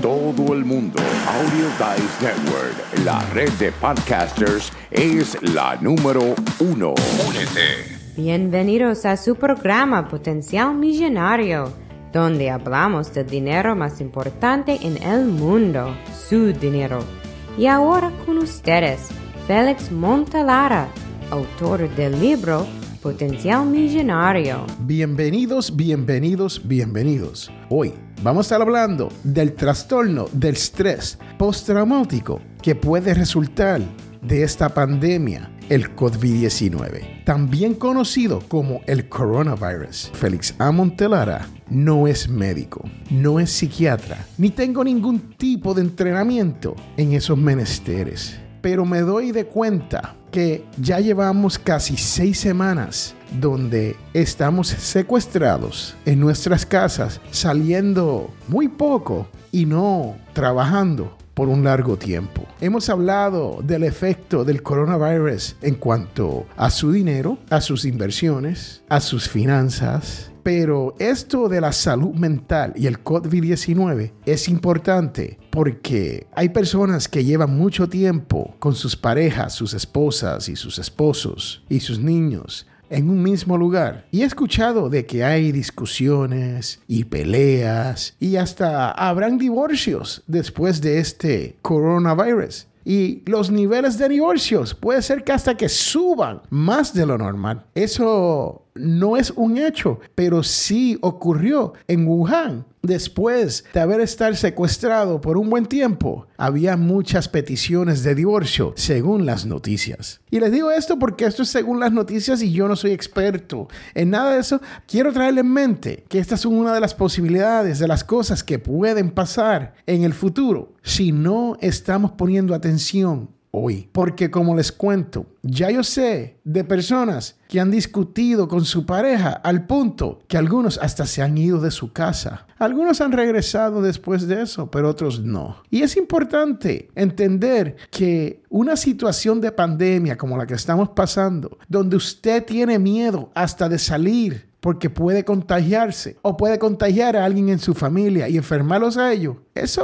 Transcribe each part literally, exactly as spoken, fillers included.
todo el mundo. Audio Dice Network, la red de podcasters, es la número uno. Únete. Bienvenidos a su programa Potencial Millonario, donde hablamos del dinero más importante en el mundo, su dinero. Y ahora con ustedes, Félix Montelara, autor del libro Potencial Millonario. Bienvenidos, bienvenidos, bienvenidos. Hoy vamos a estar hablando del trastorno del estrés postraumático que puede resultar de esta pandemia, el covid diecinueve, también conocido como el coronavirus. Félix A. Montelara no es médico, no es psiquiatra, ni tengo ningún tipo de entrenamiento en esos menesteres. Pero me doy de cuenta que ya llevamos casi seis semanas donde estamos secuestrados en nuestras casas, saliendo muy poco y no trabajando por un largo tiempo. Hemos hablado del efecto del coronavirus en cuanto a su dinero, a sus inversiones, a sus finanzas. Pero esto de la salud mental y el covid diecinueve es importante porque hay personas que llevan mucho tiempo con sus parejas, sus esposas y sus esposos y sus niños en un mismo lugar. Y he escuchado de que hay discusiones y peleas y hasta habrán divorcios después de este coronavirus. Y los niveles de divorcios puede ser que hasta que suban más de lo normal. Eso no es un hecho, pero sí ocurrió en Wuhan. Después de haber estado secuestrado por un buen tiempo, había muchas peticiones de divorcio, según las noticias. Y les digo esto porque esto es según las noticias y yo no soy experto en nada de eso. Quiero traerle en mente que esta es una de las posibilidades, de las cosas que pueden pasar en el futuro si no estamos poniendo atención hoy. Porque como les cuento, ya yo sé de personas que han discutido con su pareja al punto que algunos hasta se han ido de su casa. Algunos han regresado después de eso, pero otros no. Y es importante entender que una situación de pandemia como la que estamos pasando, donde usted tiene miedo hasta de salir porque puede contagiarse o puede contagiar a alguien en su familia y enfermarlos a ellos.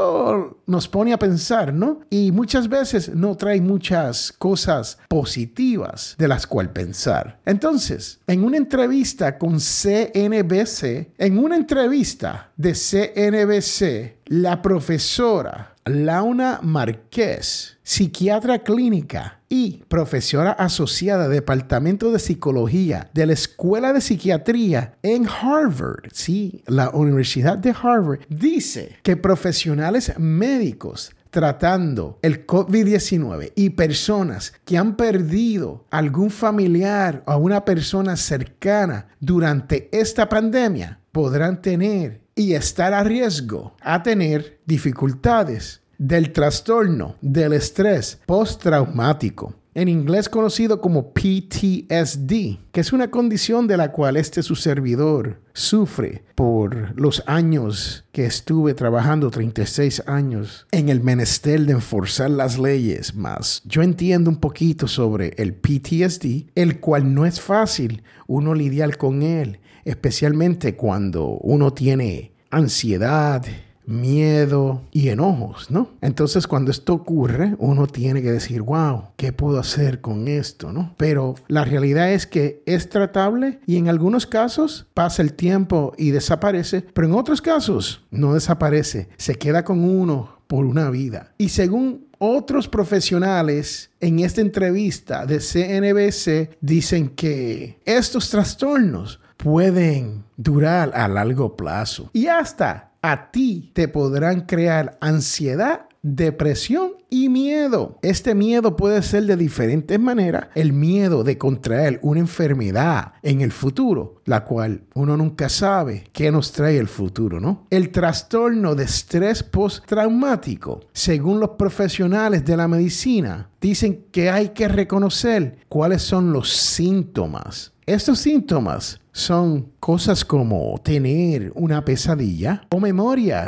Eso nos pone a pensar, ¿no? Y muchas veces no trae muchas cosas positivas de las cuales pensar. Entonces, en una entrevista con C N B C, en una entrevista de C N B C, la profesora Laura Márquez, psiquiatra clínica y profesora asociada del Departamento de Psicología de la Escuela de Psiquiatría en Harvard, sí, la Universidad de Harvard, dice que profesionales médicos tratando el covid diecinueve y personas que han perdido algún familiar o a una persona cercana durante esta pandemia podrán tener y estar a riesgo a tener dificultades del trastorno del estrés postraumático, en inglés conocido como P T S D, que es una condición de la cual este su servidor sufre por los años que estuve trabajando, treinta y seis años, en el menester de enforzar las leyes. Más yo entiendo un poquito sobre el P T S D, el cual no es fácil uno lidiar con él, especialmente cuando uno tiene ansiedad, miedo y enojos, ¿no? Entonces, cuando esto ocurre, uno tiene que decir, wow, ¿qué puedo hacer con esto, no? Pero la realidad es que es tratable y en algunos casos pasa el tiempo y desaparece, pero en otros casos no desaparece, se queda con uno por una vida. Y según otros profesionales en esta entrevista de C N B C, dicen que estos trastornos pueden durar a largo plazo y hasta a ti te podrán crear ansiedad, depresión y miedo. Este miedo puede ser de diferentes maneras. El miedo de contraer una enfermedad en el futuro, la cual uno nunca sabe qué nos trae el futuro, ¿no? El trastorno de estrés postraumático, según los profesionales de la medicina, dicen que hay que reconocer cuáles son los síntomas. Estos síntomas son cosas como tener una pesadilla o memorias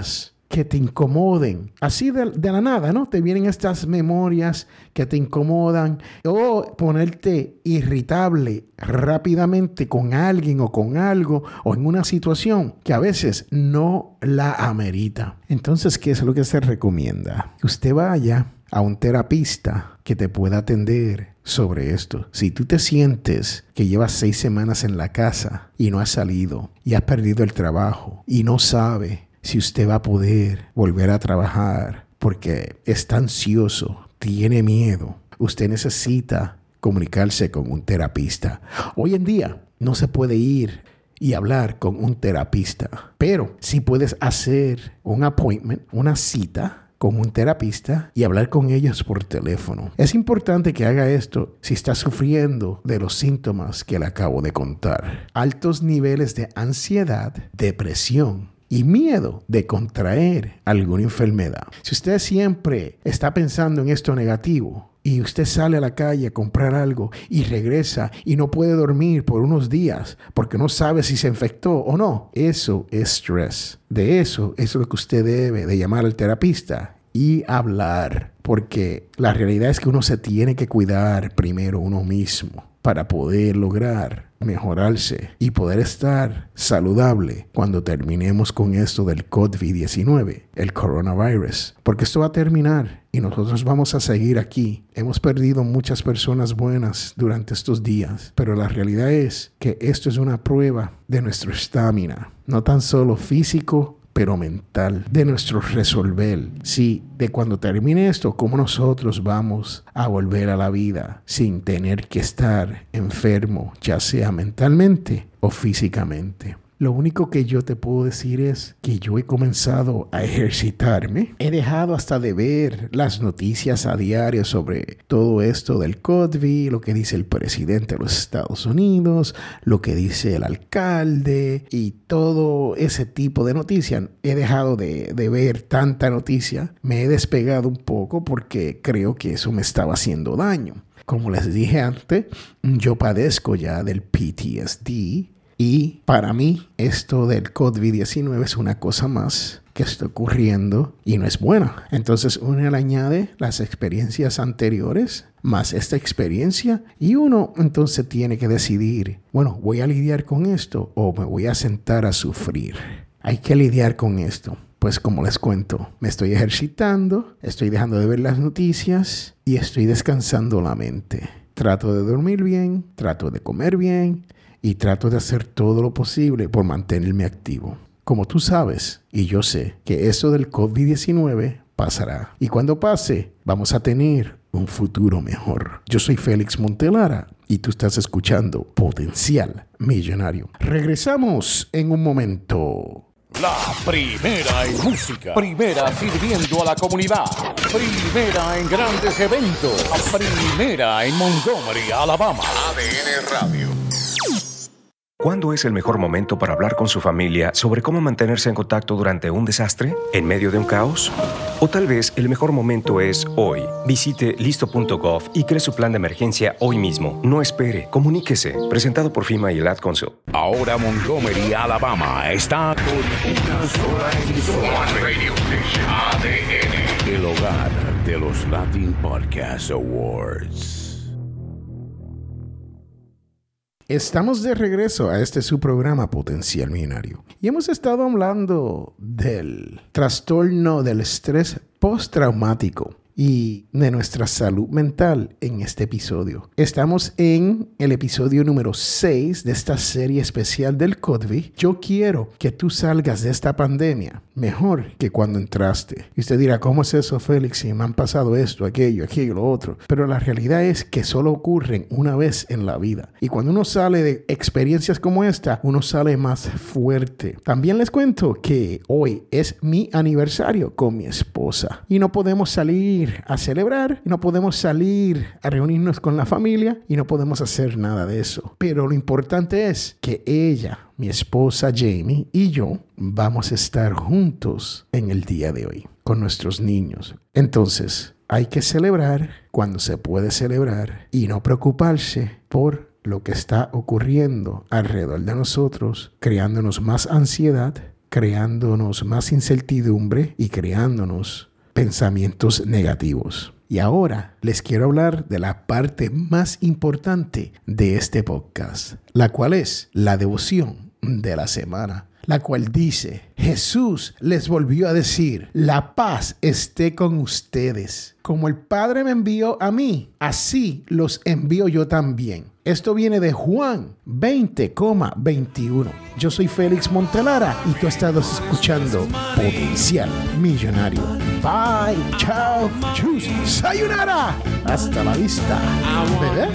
que te incomoden. Así de, de la nada, ¿no? Te vienen estas memorias que te incomodan. O ponerte irritable rápidamente con alguien o con algo o en una situación que a veces no la amerita. Entonces, ¿qué es lo que se recomienda? Que usted vaya a un terapista que te pueda atender sobre esto. Si tú te sientes que llevas seis semanas en la casa y no has salido y has perdido el trabajo y no sabe si usted va a poder volver a trabajar porque está ansioso, tiene miedo, usted necesita comunicarse con un terapista. Hoy en día no se puede ir y hablar con un terapista, pero sí puedes hacer un appointment, una cita con un terapista y hablar con ellos por teléfono. Es importante que haga esto si está sufriendo de los síntomas que le acabo de contar. Altos niveles de ansiedad, depresión y miedo de contraer alguna enfermedad. Si usted siempre está pensando en esto negativo y usted sale a la calle a comprar algo y regresa y no puede dormir por unos días porque no sabe si se infectó o no, eso es estrés. De eso es lo que usted debe de llamar al terapista y hablar, porque la realidad es que uno se tiene que cuidar primero uno mismo para poder lograr mejorarse y poder estar saludable cuando terminemos con esto del COVID diecinueve, el coronavirus. Porque esto va a terminar y nosotros vamos a seguir aquí. Hemos perdido muchas personas buenas durante estos días, pero la realidad es que esto es una prueba de nuestra estamina, no tan solo físico, pero mental, de nuestro resolver. Sí, de cuando termine esto, cómo nosotros vamos a volver a la vida sin tener que estar enfermo, ya sea mentalmente o físicamente. Lo único que yo te puedo decir es que yo he comenzado a ejercitarme. He dejado hasta de ver las noticias a diario sobre todo esto del COVID, lo que dice el presidente de los Estados Unidos, lo que dice el alcalde y todo ese tipo de noticias. He dejado de, de ver tanta noticia. Me he despegado un poco porque creo que eso me estaba haciendo daño. Como les dije antes, yo padezco ya del P T S D. Y para mí, esto del COVID diecinueve es una cosa más que está ocurriendo y no es buena. Entonces, uno le añade las experiencias anteriores más esta experiencia y uno entonces tiene que decidir, bueno, ¿voy a lidiar con esto o me voy a sentar a sufrir? Hay que lidiar con esto. Pues como les cuento, me estoy ejercitando, estoy dejando de ver las noticias y estoy descansando la mente. Trato de dormir bien, trato de comer bien, y trato de hacer todo lo posible por mantenerme activo. Como tú sabes, y yo sé, que eso del COVID diecinueve pasará. Y cuando pase, vamos a tener un futuro mejor. Yo soy Félix Montelara y tú estás escuchando Potencial Millonario. Regresamos en un momento. La primera en música, primera sirviendo a la comunidad, primera en grandes eventos, primera en Montgomery, Alabama. A D N Radio. ¿Cuándo es el mejor momento para hablar con su familia sobre cómo mantenerse en contacto durante un desastre? ¿En medio de un caos? O tal vez el mejor momento es hoy. Visite listo punto gov y cree su plan de emergencia hoy mismo. No espere, comuníquese. Presentado por FEMA y el Ad Council. Ahora Montgomery, Alabama está con una sola emisora. Radio Station A D N. El hogar de los Latin Podcast Awards. Estamos de regreso a este su programa Potencial Millonario. Y hemos estado hablando del trastorno del estrés postraumático y de nuestra salud mental en este episodio. Estamos en el episodio número seis de esta serie especial del COVID. Yo quiero que tú salgas de esta pandemia mejor que cuando entraste. Y usted dirá, ¿cómo es eso, Félix? Si me han pasado esto, aquello, aquello, lo otro. Pero la realidad es que solo ocurren una vez en la vida. Y cuando uno sale de experiencias como esta, uno sale más fuerte. También les cuento que hoy es mi aniversario con mi esposa. Y no podemos salir a celebrar, no podemos salir a reunirnos con la familia y no podemos hacer nada de eso. Pero lo importante es que ella, mi esposa Jamie y yo vamos a estar juntos en el día de hoy con nuestros niños. Entonces, hay que celebrar cuando se puede celebrar y no preocuparse por lo que está ocurriendo alrededor de nosotros, creándonos más ansiedad creándonos más incertidumbre y creándonos pensamientos negativos. Y ahora les quiero hablar de la parte más importante de este podcast, la cual es la devoción de la semana, la cual dice: Jesús les volvió a decir, la paz esté con ustedes. Como el Padre me envió a mí, así los envío yo también. Esto viene de Juan veinte, veintiuno. Yo soy Félix Montelara y tú estás escuchando Potencial Millonario. Bye, chao, chus, sayonara. Hasta la vista, bebé.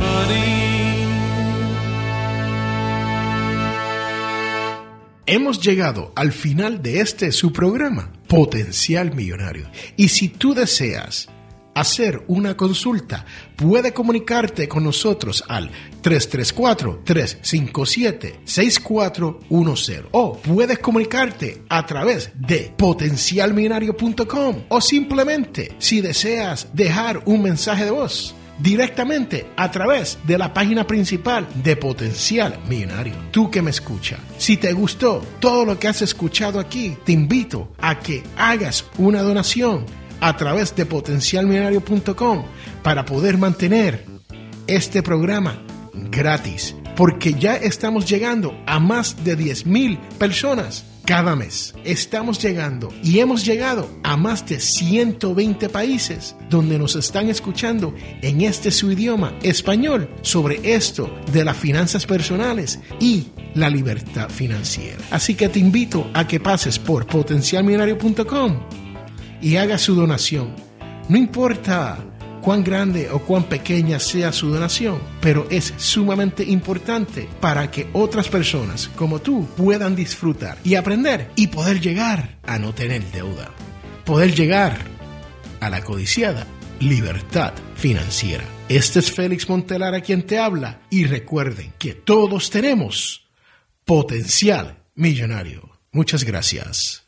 Hemos llegado al final de este su programa, Potencial Millonario. Y si tú deseas hacer una consulta, puede comunicarte con nosotros al tres tres cuatro, tres cinco siete, seis cuatro uno cero o puedes comunicarte a través de potencial millonario punto com o simplemente si deseas dejar un mensaje de voz directamente a través de la página principal de Potencial Millonario. Tú que me escuchas, si te gustó todo lo que has escuchado aquí, te invito a que hagas una donación a través de potencial millonario punto com para poder mantener este programa gratis, porque ya estamos llegando a más de diez mil personas cada mes. Estamos llegando y hemos llegado a más de ciento veinte países donde nos están escuchando en este su idioma español sobre esto de las finanzas personales y la libertad financiera. Así que te invito a que pases por potencial millonario punto com y haga su donación. No importa cuán grande o cuán pequeña sea su donación, pero es sumamente importante para que otras personas como tú puedan disfrutar y aprender y poder llegar a no tener deuda, poder llegar a la codiciada libertad financiera. Este es Félix Montelara quien te habla y recuerden que todos tenemos potencial millonario. Muchas gracias.